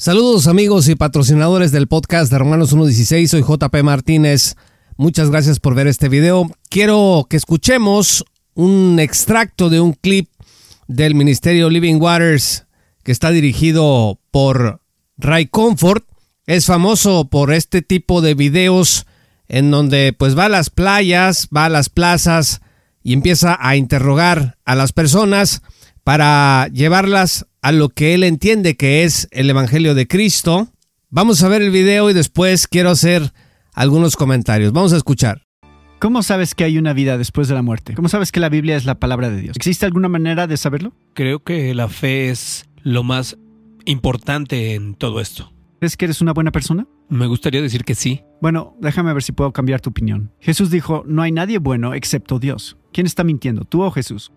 Saludos amigos y patrocinadores del podcast de Romanos 1.16, soy JP Martínez. Muchas gracias por ver este video. Quiero que escuchemos un extracto de un clip del ministerio Living Waters que está dirigido por Ray Comfort. Es famoso por este tipo de videos en donde pues va a las playas, va a las plazas y empieza a interrogar a las personas para llevarlas a lo que él entiende que es el Evangelio de Cristo. Vamos a ver el video y después quiero hacer algunos comentarios. Vamos a escuchar. ¿Cómo sabes que hay una vida después de la muerte? ¿Cómo sabes que la Biblia es la palabra de Dios? ¿Existe alguna manera de saberlo? Creo que la fe es lo más importante en todo esto. ¿Crees que eres una buena persona? Me gustaría decir que sí. Bueno, déjame ver si puedo cambiar tu opinión. Jesús dijo, no hay nadie bueno excepto Dios. ¿Quién está mintiendo, tú o Jesús?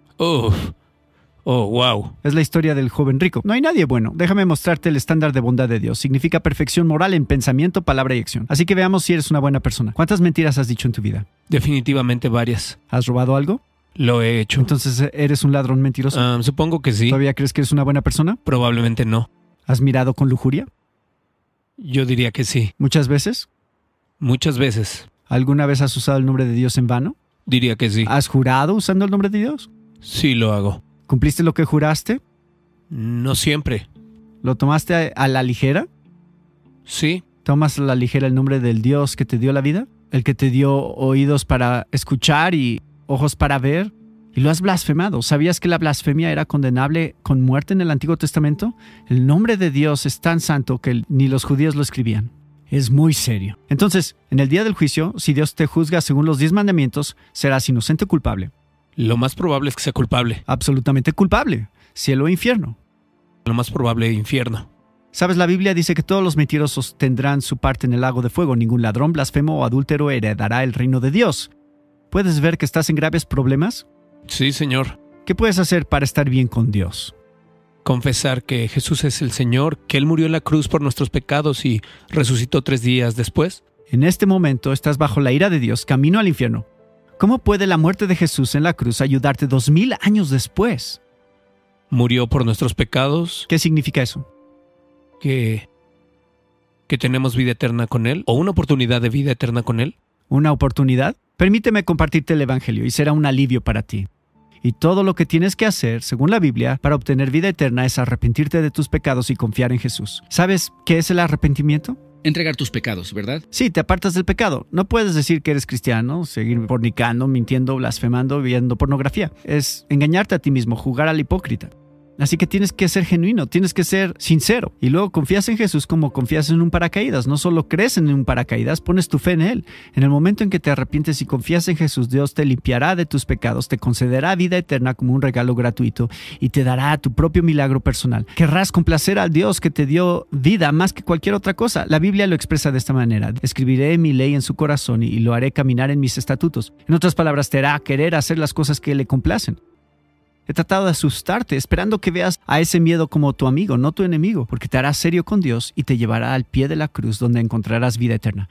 Oh, wow. Es la historia del joven rico. No hay nadie bueno. Déjame mostrarte el estándar de bondad de Dios. Significa perfección moral en pensamiento, palabra y acción. Así que veamos si eres una buena persona. ¿Cuántas mentiras has dicho en tu vida? Definitivamente varias. ¿Has robado algo? Lo he hecho. Entonces, ¿eres un ladrón mentiroso? Supongo que sí. ¿Todavía crees que eres una buena persona? Probablemente no. ¿Has mirado con lujuria? Yo diría que sí. ¿Muchas veces? Muchas veces. ¿Alguna vez has usado el nombre de Dios en vano? Diría que sí. ¿Has jurado usando el nombre de Dios? Sí lo hago. ¿Cumpliste lo que juraste? No siempre. ¿Lo tomaste a la ligera? Sí. ¿Tomas a la ligera el nombre del Dios que te dio la vida? ¿El que te dio oídos para escuchar y ojos para ver? Y lo has blasfemado. ¿Sabías que la blasfemia era condenable con muerte en el Antiguo Testamento? El nombre de Dios es tan santo que ni los judíos lo escribían. Es muy serio. Entonces, en el día del juicio, si Dios te juzga según los 10 mandamientos, serás inocente o culpable. Lo más probable es que sea culpable. Absolutamente culpable. Cielo o infierno. Lo más probable, infierno. ¿Sabes? La Biblia dice que todos los mentirosos tendrán su parte en el lago de fuego. Ningún ladrón, blasfemo o adúltero heredará el reino de Dios. ¿Puedes ver que estás en graves problemas? Sí, Señor. ¿Qué puedes hacer para estar bien con Dios? Confesar que Jesús es el Señor, que Él murió en la cruz por nuestros pecados y resucitó 3 días después. En este momento estás bajo la ira de Dios, camino al infierno. ¿Cómo puede la muerte de Jesús en la cruz ayudarte 2000 años después? Murió por nuestros pecados. ¿Qué significa eso? Que tenemos vida eterna con Él, o una oportunidad de vida eterna con Él. ¿Una oportunidad? Permíteme compartirte el Evangelio y será un alivio para ti. Y todo lo que tienes que hacer, según la Biblia, para obtener vida eterna es arrepentirte de tus pecados y confiar en Jesús. ¿Sabes qué es el arrepentimiento? Entregar tus pecados, ¿verdad? Sí, te apartas del pecado. No puedes decir que eres cristiano, seguir fornicando, mintiendo, blasfemando, viendo pornografía. Es engañarte a ti mismo, jugar al hipócrita. Así que tienes que ser genuino, tienes que ser sincero. Y luego confías en Jesús como confías en un paracaídas. No solo crees en un paracaídas, pones tu fe en Él. En el momento en que te arrepientes y confías en Jesús, Dios te limpiará de tus pecados, te concederá vida eterna como un regalo gratuito y te dará tu propio milagro personal. Querrás complacer al Dios que te dio vida más que cualquier otra cosa. La Biblia lo expresa de esta manera. Escribiré mi ley en su corazón y lo haré caminar en mis estatutos. En otras palabras, te hará querer hacer las cosas que le complacen. He tratado de asustarte, esperando que veas a ese miedo como tu amigo, no tu enemigo, porque te hará serio con Dios y te llevará al pie de la cruz donde encontrarás vida eterna.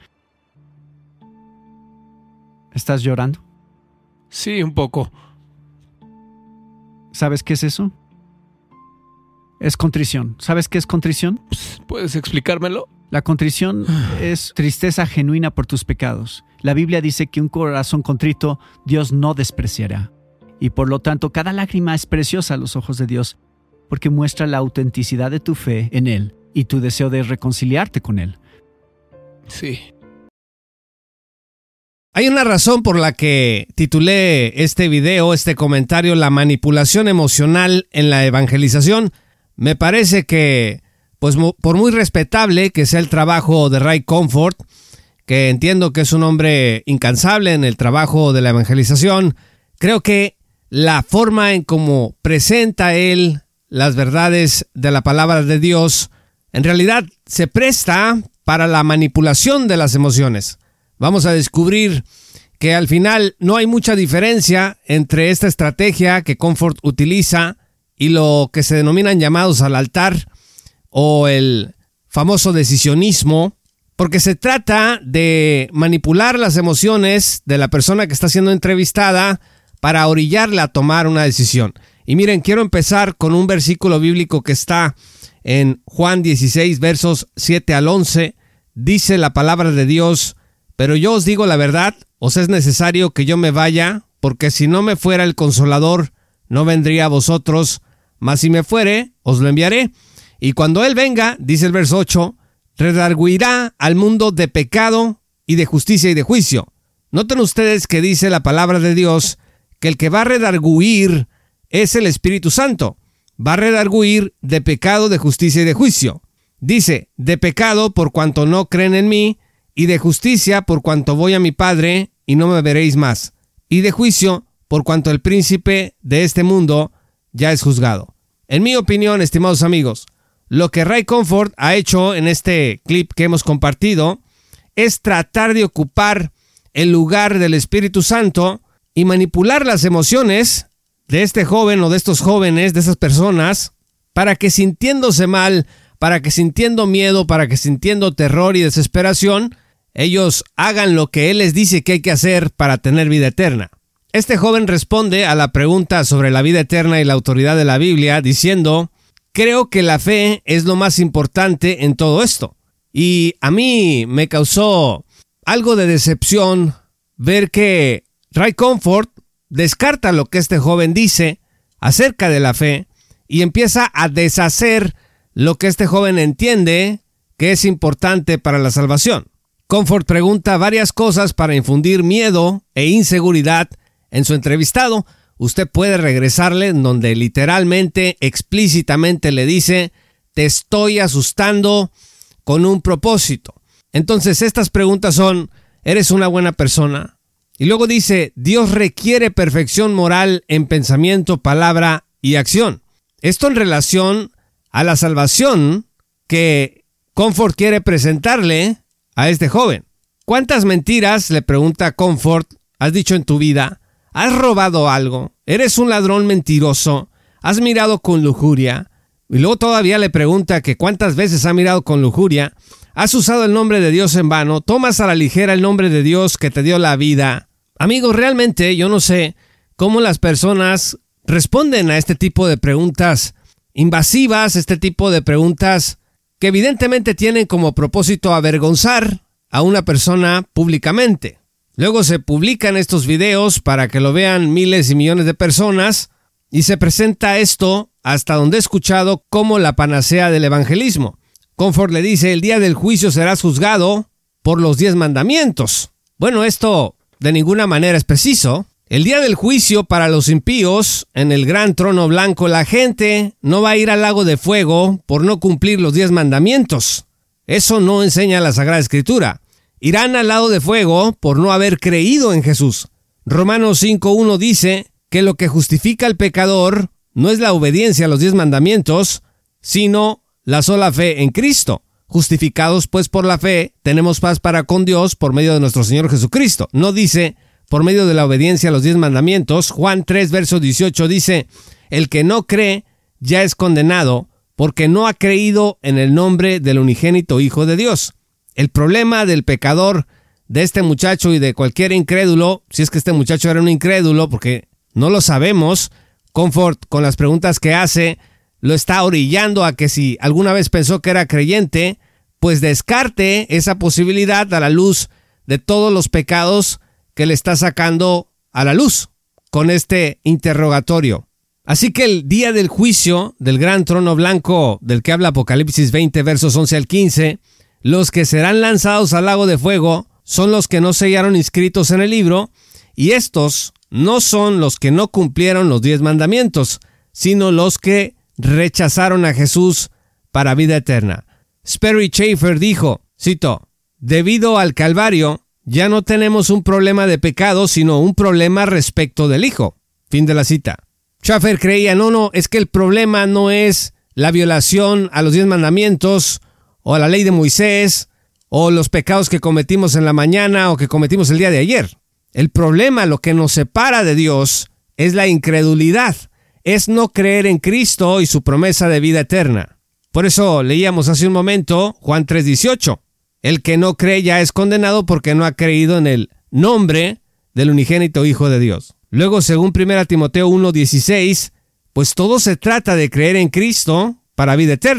¿Estás llorando? Sí, un poco. ¿Sabes qué es eso? Es contrición. ¿Sabes qué es contrición? ¿Puedes explicármelo? La contrición es tristeza genuina por tus pecados. La Biblia dice que un corazón contrito Dios no despreciará. Y por lo tanto, cada lágrima es preciosa a los ojos de Dios, porque muestra la autenticidad de tu fe en Él y tu deseo de reconciliarte con Él. Sí. Hay una razón por la que titulé este video, este comentario, la manipulación emocional en la evangelización. Me parece que, pues por muy respetable que sea el trabajo de Ray Comfort, que entiendo que es un hombre incansable en el trabajo de la evangelización, creo que la forma en cómo presenta él las verdades de la palabra de Dios, en realidad se presta para la manipulación de las emociones. Vamos a descubrir que al final no hay mucha diferencia entre esta estrategia que Comfort utiliza y lo que se denominan llamados al altar o el famoso decisionismo, porque se trata de manipular las emociones de la persona que está siendo entrevistada para orillarla a tomar una decisión. Y miren, quiero empezar con un versículo bíblico que está En Juan 16, versos 7 al 11, dice la palabra de Dios: pero yo os digo la verdad, os es necesario que yo me vaya, porque si no me fuera el Consolador, no vendría a vosotros, mas si me fuere, os lo enviaré. Y cuando Él venga, dice el verso 8, redarguirá al mundo de pecado y de justicia y de juicio. Noten ustedes que dice la palabra de Dios que el que va a redarguir es el Espíritu Santo. Va a redarguir de pecado, de justicia y de juicio. Dice, de pecado por cuanto no creen en mí, y de justicia por cuanto voy a mi Padre y no me veréis más, y de juicio por cuanto el príncipe de este mundo ya es juzgado. En mi opinión, estimados amigos, lo que Ray Comfort ha hecho en este clip que hemos compartido es tratar de ocupar el lugar del Espíritu Santo y manipular las emociones de este joven o de estos jóvenes, de esas personas, para que sintiéndose mal, para que sintiendo miedo, para que sintiendo terror y desesperación, ellos hagan lo que Él les dice que hay que hacer para tener vida eterna. Este joven responde a la pregunta sobre la vida eterna y la autoridad de la Biblia diciendo: creo que la fe es lo más importante en todo esto. Y a mí me causó algo de decepción ver que Ray Comfort descarta lo que este joven dice acerca de la fe y empieza a deshacer lo que este joven entiende que es importante para la salvación. Comfort pregunta varias cosas para infundir miedo e inseguridad en su entrevistado. Usted puede regresarle en donde literalmente, explícitamente le dice: te estoy asustando con un propósito. Entonces estas preguntas son: ¿eres una buena persona? Y luego dice: Dios requiere perfección moral en pensamiento, palabra y acción. Esto en relación a la salvación que Comfort quiere presentarle a este joven. ¿Cuántas mentiras, le pregunta Comfort, has dicho en tu vida? ¿Has robado algo? ¿Eres un ladrón mentiroso? ¿Has mirado con lujuria? Y luego todavía le pregunta que cuántas veces ha mirado con lujuria. ¿Has usado el nombre de Dios en vano? ¿Tomas a la ligera el nombre de Dios que te dio la vida? Amigos, realmente yo no sé cómo las personas responden a este tipo de preguntas invasivas, este tipo de preguntas que evidentemente tienen como propósito avergonzar a una persona públicamente. Luego se publican estos videos para que lo vean miles y millones de personas y se presenta esto, hasta donde he escuchado, como la panacea del evangelismo. Comfort le dice: el día del juicio serás juzgado por los 10 mandamientos. Bueno, esto de ninguna manera es preciso. El día del juicio para los impíos, en el gran trono blanco, la gente no va a ir al lago de fuego por no cumplir los 10 mandamientos. Eso no enseña la Sagrada Escritura. Irán al lago de fuego por no haber creído en Jesús. Romanos 5:1 dice que lo que justifica al pecador no es la obediencia a los 10 mandamientos, sino la sola fe en Cristo. Justificados pues por la fe, tenemos paz para con Dios por medio de nuestro Señor Jesucristo. No dice por medio de la obediencia a los 10 mandamientos. Juan 3, verso 18 dice: el que no cree ya es condenado porque no ha creído en el nombre del unigénito Hijo de Dios. El problema del pecador, de este muchacho y de cualquier incrédulo, si es que este muchacho era un incrédulo, porque no lo sabemos, Comfort con las preguntas que hace lo está orillando a que si alguna vez pensó que era creyente, pues descarte esa posibilidad a la luz de todos los pecados que le está sacando a la luz con este interrogatorio. Así que el día del juicio del gran trono blanco del que habla Apocalipsis 20, versos 11 al 15, los que serán lanzados al lago de fuego son los que no se hallaron inscritos en el libro, y estos no son los que no cumplieron los 10 mandamientos, sino los que rechazaron a Jesús para vida eterna. Sperry Chafer dijo, cito: debido al Calvario, ya no tenemos un problema de pecado, sino un problema respecto del Hijo. Fin de la cita. Chafer creía, es que el problema no es la violación a los 10 mandamientos, o a la ley de Moisés, o los pecados que cometimos en la mañana, o que cometimos el día de ayer. El problema, lo que nos separa de Dios, es la incredulidad, es no creer en Cristo y su promesa de vida eterna. Por eso leíamos hace un momento Juan 3:18. El que no cree ya es condenado porque no ha creído en el nombre del unigénito Hijo de Dios. Luego, según 1 Timoteo 1:16, pues todo se trata de creer en Cristo para vida eterna.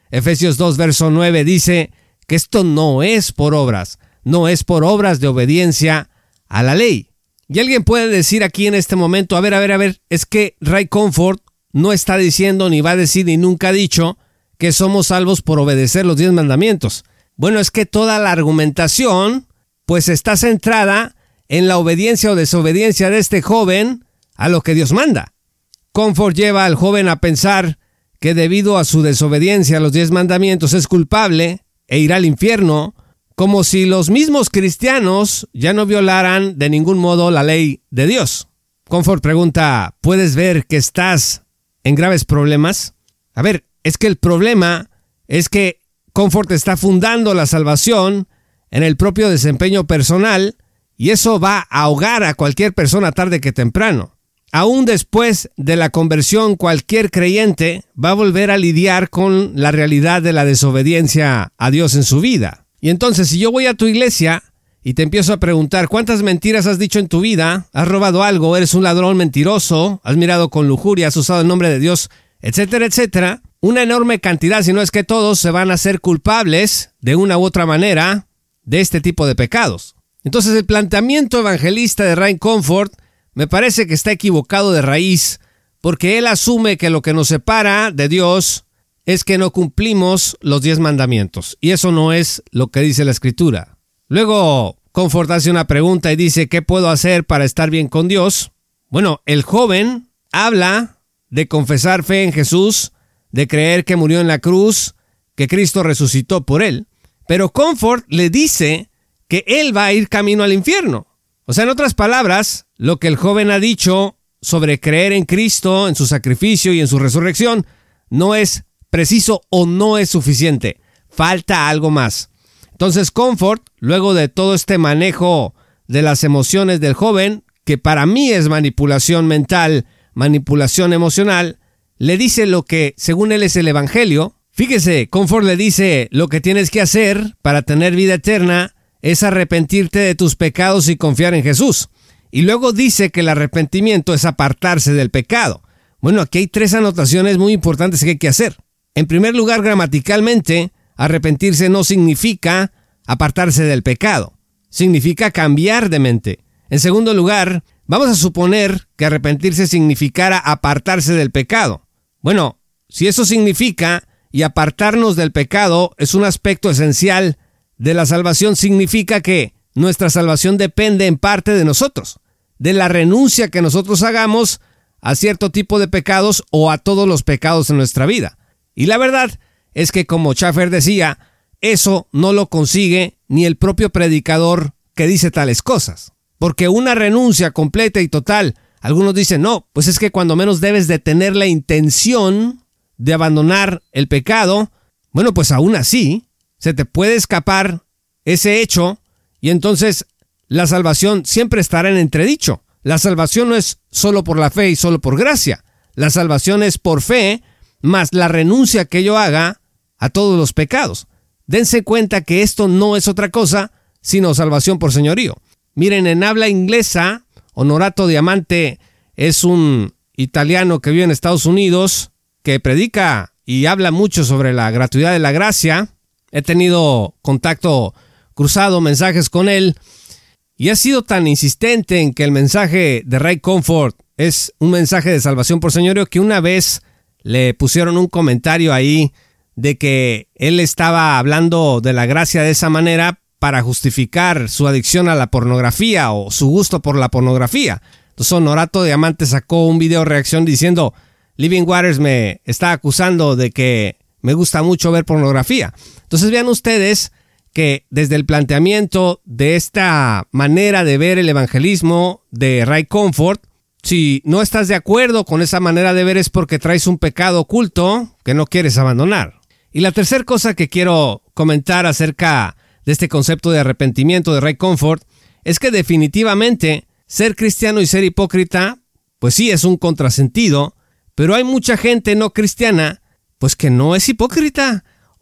Efesios 2, verso 9 dice que esto no es por obras, no es por obras de obediencia a la ley. Y alguien puede decir aquí en este momento, a ver, es que Ray Comfort no está diciendo, ni va a decir, ni nunca ha dicho que somos salvos por obedecer los 10 mandamientos. Bueno, es que toda la argumentación pues está centrada en la obediencia o desobediencia de este joven a lo que Dios manda. Comfort lleva al joven a pensar que debido a su desobediencia a los 10 mandamientos es culpable e irá al infierno, como si los mismos cristianos ya no violaran de ningún modo la ley de Dios. Comfort pregunta, ¿puedes ver que estás en graves problemas? A ver, es que el problema es que Comfort está fundando la salvación en el propio desempeño personal y eso va a ahogar a cualquier persona tarde que temprano. Aún después de la conversión, cualquier creyente va a volver a lidiar con la realidad de la desobediencia a Dios en su vida. Y entonces, si yo voy a tu iglesia y te empiezo a preguntar cuántas mentiras has dicho en tu vida, has robado algo, eres un ladrón mentiroso, has mirado con lujuria, has usado el nombre de Dios, etcétera, etcétera, una enorme cantidad, si no es que todos, se van a ser culpables de una u otra manera de este tipo de pecados. Entonces, el planteamiento evangelista de Ray Comfort me parece que está equivocado de raíz, porque él asume que lo que nos separa de Dios es que no cumplimos los 10 mandamientos, y eso no es lo que dice la Escritura. Luego, Comfort hace una pregunta y dice, ¿qué puedo hacer para estar bien con Dios? Bueno, el joven habla de confesar fe en Jesús, de creer que murió en la cruz, que Cristo resucitó por él, pero Comfort le dice que él va a ir camino al infierno. O sea, en otras palabras, lo que el joven ha dicho sobre creer en Cristo, en su sacrificio y en su resurrección, no es preciso o no es suficiente. Falta algo más. Entonces Comfort, luego de todo este manejo de las emociones del joven, que para mí es manipulación mental, manipulación emocional, le dice lo que según él es el evangelio. Fíjese, Comfort le dice lo que tienes que hacer para tener vida eterna es arrepentirte de tus pecados y confiar en Jesús. Y luego dice que el arrepentimiento es apartarse del pecado. Bueno, aquí hay 3 anotaciones muy importantes que hay que hacer. En primer lugar, gramaticalmente, arrepentirse no significa apartarse del pecado. Significa cambiar de mente. En segundo lugar, vamos a suponer que arrepentirse significara apartarse del pecado. Bueno, si eso significa y apartarnos del pecado es un aspecto esencial de la salvación, significa que nuestra salvación depende en parte de nosotros, de la renuncia que nosotros hagamos a cierto tipo de pecados o a todos los pecados en nuestra vida. Y la verdad es que, como Schaeffer decía, eso no lo consigue ni el propio predicador que dice tales cosas. Porque una renuncia completa y total, algunos dicen, no, pues es que cuando menos debes de tener la intención de abandonar el pecado. Bueno, pues aún así se te puede escapar ese hecho y entonces la salvación siempre estará en entredicho. La salvación no es solo por la fe y solo por gracia. La salvación es por fe más la renuncia que yo haga a todos los pecados. Dense cuenta que esto no es otra cosa sino salvación por señorío. Miren, en habla inglesa, Onorato Diamante es un italiano que vive en Estados Unidos, que predica y habla mucho sobre la gratuidad de la gracia. He tenido contacto cruzado, mensajes con él, y ha sido tan insistente en que el mensaje de Ray Comfort es un mensaje de salvación por señorío que una vez le pusieron un comentario ahí de que él estaba hablando de la gracia de esa manera para justificar su adicción a la pornografía o su gusto por la pornografía. Entonces Honorato Diamante sacó un video reacción diciendo, Living Waters me está acusando de que me gusta mucho ver pornografía. Entonces vean ustedes que desde el planteamiento de esta manera de ver el evangelismo de Ray Comfort, si no estás de acuerdo con esa manera de ver es porque traes un pecado oculto que no quieres abandonar. Y la tercera cosa que quiero comentar acerca de este concepto de arrepentimiento de Ray Comfort es que definitivamente ser cristiano y ser hipócrita, pues sí es un contrasentido, pero hay mucha gente no cristiana pues que no es hipócrita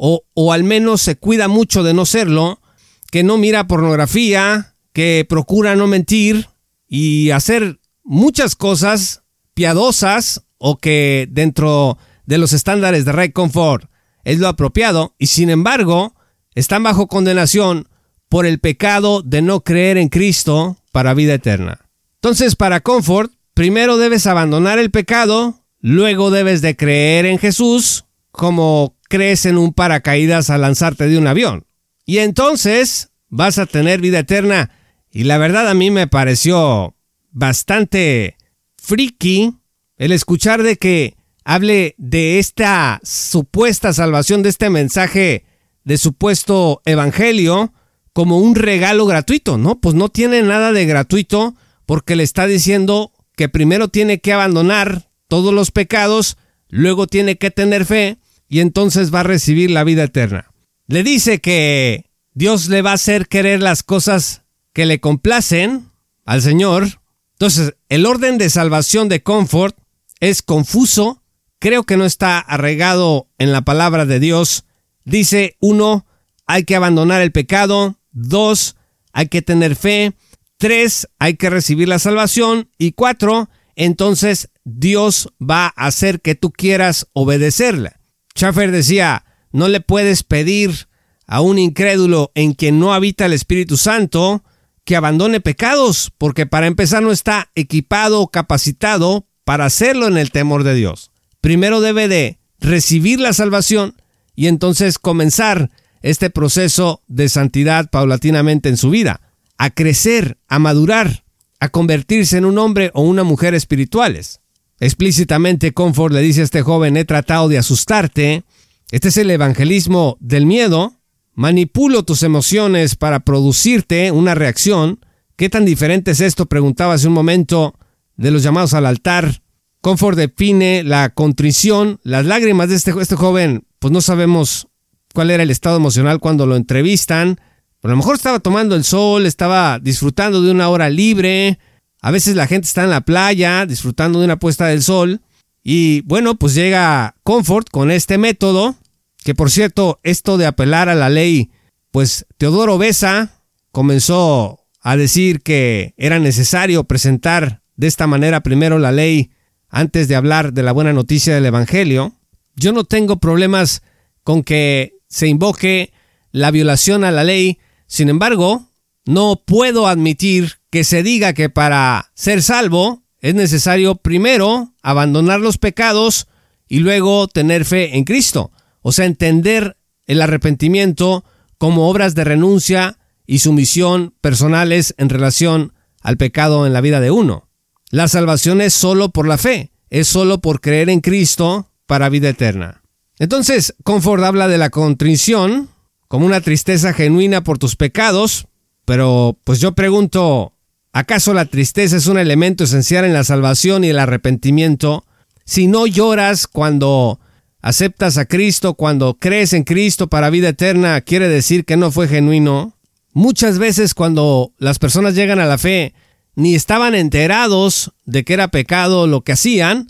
o al menos se cuida mucho de no serlo, que no mira pornografía, que procura no mentir y hacer muchas cosas piadosas o que dentro de los estándares de Ray Comfort es lo apropiado, y sin embargo, están bajo condenación por el pecado de no creer en Cristo para vida eterna. Entonces, para Comfort, primero debes abandonar el pecado, luego debes de creer en Jesús, como crees en un paracaídas al lanzarte de un avión. Y entonces vas a tener vida eterna. Y la verdad a mí me pareció bastante friki el escuchar de que hable de esta supuesta salvación, de este mensaje de supuesto evangelio, como un regalo gratuito, ¿no? Pues no tiene nada de gratuito, porque le está diciendo que primero tiene que abandonar todos los pecados, luego tiene que tener fe, y entonces va a recibir la vida eterna. Le dice que Dios le va a hacer querer las cosas que le complacen al Señor. Entonces, el orden de salvación de Comfort es confuso, creo que no está arraigado en la palabra de Dios. Dice, 1, hay que abandonar el pecado. 2, hay que tener fe. 3, hay que recibir la salvación. Y 4, entonces Dios va a hacer que tú quieras obedecerle. Schaeffer decía, no le puedes pedir a un incrédulo en quien no habita el Espíritu Santo que abandone pecados, porque para empezar no está equipado o capacitado para hacerlo en el temor de Dios. Primero debe de recibir la salvación y entonces comenzar este proceso de santidad paulatinamente en su vida, a crecer, a madurar, a convertirse en un hombre o una mujer espirituales. Explícitamente Comfort le dice a este joven, he tratado de asustarte. Este es el evangelismo del miedo. Manipulo tus emociones para producirte una reacción. ¿Qué tan diferente es esto? Preguntaba hace un momento de los llamados al altar. Comfort define la contrición, las lágrimas de este joven, pues no sabemos cuál era el estado emocional cuando lo entrevistan. A lo mejor estaba tomando el sol, estaba disfrutando de una hora libre. A veces la gente está en la playa disfrutando de una puesta del sol. Y bueno, pues llega Comfort con este método, que por cierto, esto de apelar a la ley, pues Teodoro Beza comenzó a decir que era necesario presentar de esta manera primero la ley antes de hablar de la buena noticia del evangelio. Yo no tengo problemas con que se invoque la violación a la ley. Sin embargo, no puedo admitir que se diga que para ser salvo es necesario primero abandonar los pecados y luego tener fe en Cristo. O sea, entender el arrepentimiento como obras de renuncia y sumisión personales en relación al pecado en la vida de uno. La salvación es solo por la fe, es solo por creer en Cristo para vida eterna. Entonces, Comfort habla de la contrición como una tristeza genuina por tus pecados, pero pues yo pregunto, ¿acaso la tristeza es un elemento esencial en la salvación y el arrepentimiento? Si no lloras cuando aceptas a Cristo, cuando crees en Cristo para vida eterna, ¿quiere decir que no fue genuino? Muchas veces cuando las personas llegan a la fe, ni estaban enterados de que era pecado lo que hacían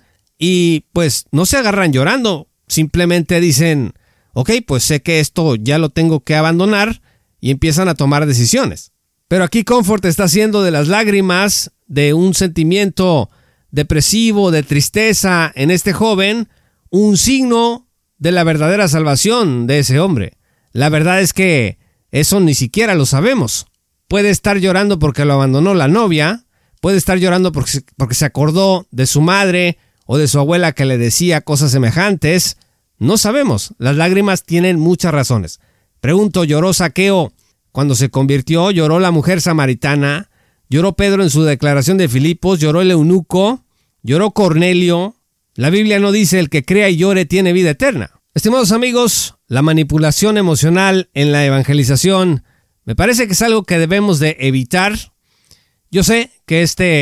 y pues no se agarran llorando. Simplemente dicen, ok, pues sé que esto ya lo tengo que abandonar y empiezan a tomar decisiones. Pero aquí Comfort está haciendo de las lágrimas, de un sentimiento depresivo, de tristeza en este joven, un signo de la verdadera salvación de ese hombre. La verdad es que eso ni siquiera lo sabemos. Puede estar llorando porque lo abandonó la novia, puede estar llorando porque se acordó de su madre o de su abuela que le decía cosas semejantes. No sabemos, las lágrimas tienen muchas razones. Pregunto, ¿lloró Zaqueo cuando se convirtió? ¿Lloró la mujer samaritana? ¿Lloró Pedro en su declaración de Filipos? ¿Lloró el eunuco? ¿Lloró Cornelio? La Biblia no dice el que crea y llore tiene vida eterna. Estimados amigos, la manipulación emocional en la evangelización me parece que es algo que debemos de evitar. Yo sé que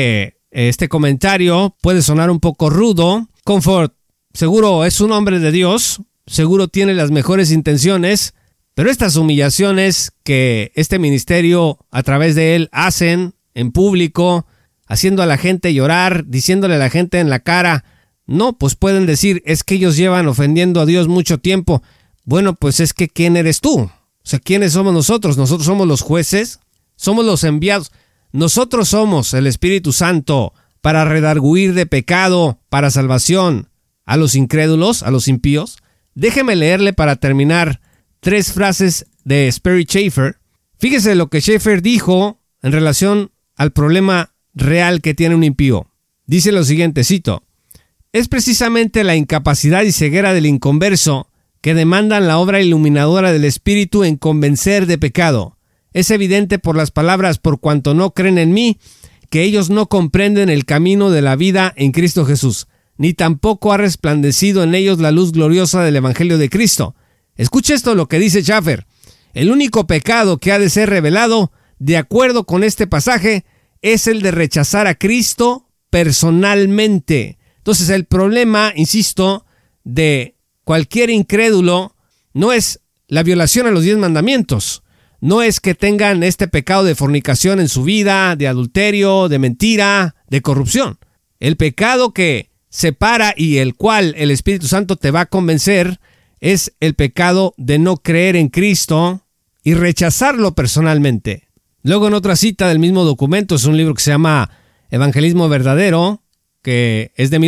este comentario puede sonar un poco rudo. Comfort seguro es un hombre de Dios, seguro tiene las mejores intenciones, pero estas humillaciones que este ministerio a través de él hacen en público, haciendo a la gente llorar, diciéndole a la gente en la cara, no, pues pueden decir, es que ellos llevan ofendiendo a Dios mucho tiempo. Bueno, pues es que ¿quién eres tú? O sea, ¿quiénes somos nosotros? Nosotros somos los jueces, somos los enviados. Nosotros somos el Espíritu Santo para redarguir de pecado, para salvación a los incrédulos, a los impíos. déjeme leerle para terminar 3 frases de Sperry Chafer. Fíjese lo que Chafer dijo en relación al problema real que tiene un impío. Dice lo siguiente, cito: es precisamente la incapacidad y ceguera del inconverso que demandan la obra iluminadora del Espíritu en convencer de pecado. Es evidente por las palabras, por cuanto no creen en mí, que ellos no comprenden el camino de la vida en Cristo Jesús, ni tampoco ha resplandecido en ellos la luz gloriosa del Evangelio de Cristo. Escuche esto lo que dice Chafer. El único pecado que ha de ser revelado, de acuerdo con este pasaje, es el de rechazar a Cristo personalmente. Entonces el problema, insisto, de cualquier incrédulo no es la violación a los 10 mandamientos. No es que tengan este pecado de fornicación en su vida, de adulterio, de mentira, de corrupción. El pecado que separa y el cual el Espíritu Santo te va a convencer es el pecado de no creer en Cristo y rechazarlo personalmente. Luego, en otra cita del mismo documento, es un libro que se llama Evangelismo Verdadero, que es de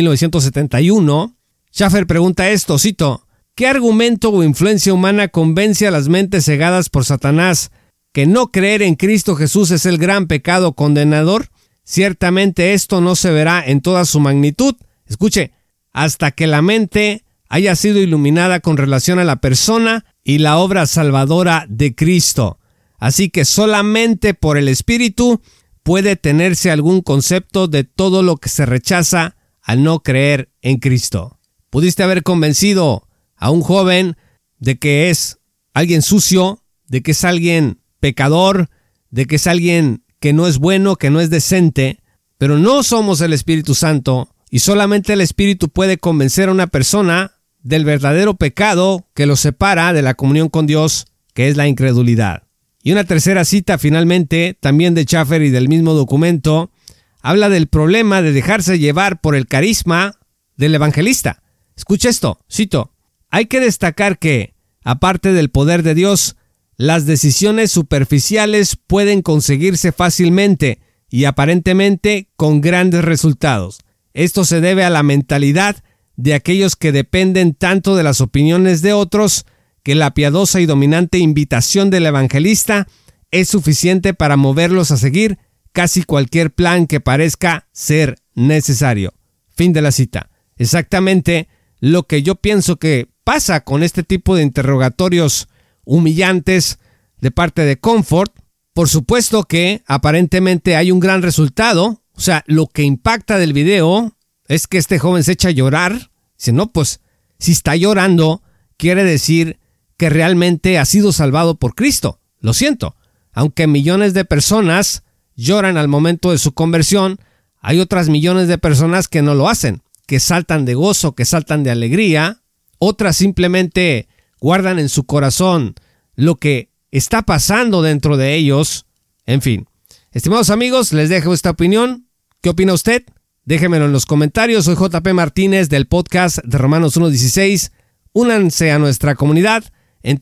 1971, Chafer pregunta esto, cito: ¿qué argumento o influencia humana convence a las mentes cegadas por Satanás que no creer en Cristo Jesús es el gran pecado condenador? Ciertamente esto no se verá en toda su magnitud, escuche, hasta que la mente haya sido iluminada con relación a la persona y la obra salvadora de Cristo. Así que solamente por el Espíritu puede tenerse algún concepto de todo lo que se rechaza al no creer en Cristo. Pudiste haber convencido a un joven de que es alguien sucio, de que es alguien pecador, de que es alguien que no es bueno, que no es decente, pero no somos el Espíritu Santo y solamente el Espíritu puede convencer a una persona del verdadero pecado que lo separa de la comunión con Dios, que es la incredulidad. Y una tercera cita, finalmente, también de Chafer y del mismo documento, habla del problema de dejarse llevar por el carisma del evangelista. Escucha esto, cito: hay que destacar que, aparte del poder de Dios, las decisiones superficiales pueden conseguirse fácilmente y aparentemente con grandes resultados. Esto se debe a la mentalidad de aquellos que dependen tanto de las opiniones de otros que la piadosa y dominante invitación del evangelista es suficiente para moverlos a seguir casi cualquier plan que parezca ser necesario. Fin de la cita. Exactamente lo que yo pienso que pasa con este tipo de interrogatorios humillantes de parte de Comfort. Por supuesto que aparentemente hay un gran resultado. O sea, lo que impacta del video es que este joven se echa a llorar. Dice, no, pues, si está llorando, quiere decir que realmente ha sido salvado por Cristo. Lo siento. Aunque millones de personas lloran al momento de su conversión, hay otras millones de personas que no lo hacen, que saltan de gozo, que saltan de alegría. Otras simplemente guardan en su corazón lo que está pasando dentro de ellos. En fin. Estimados amigos, les dejo esta opinión. ¿Qué opina usted? Déjenmelo en los comentarios. Soy JP Martínez del podcast de Romanos 1:16. Únanse a nuestra comunidad en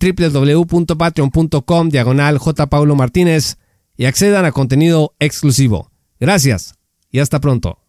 www.patreon.com/J. Paulo Martínez y accedan a contenido exclusivo. Gracias y hasta pronto.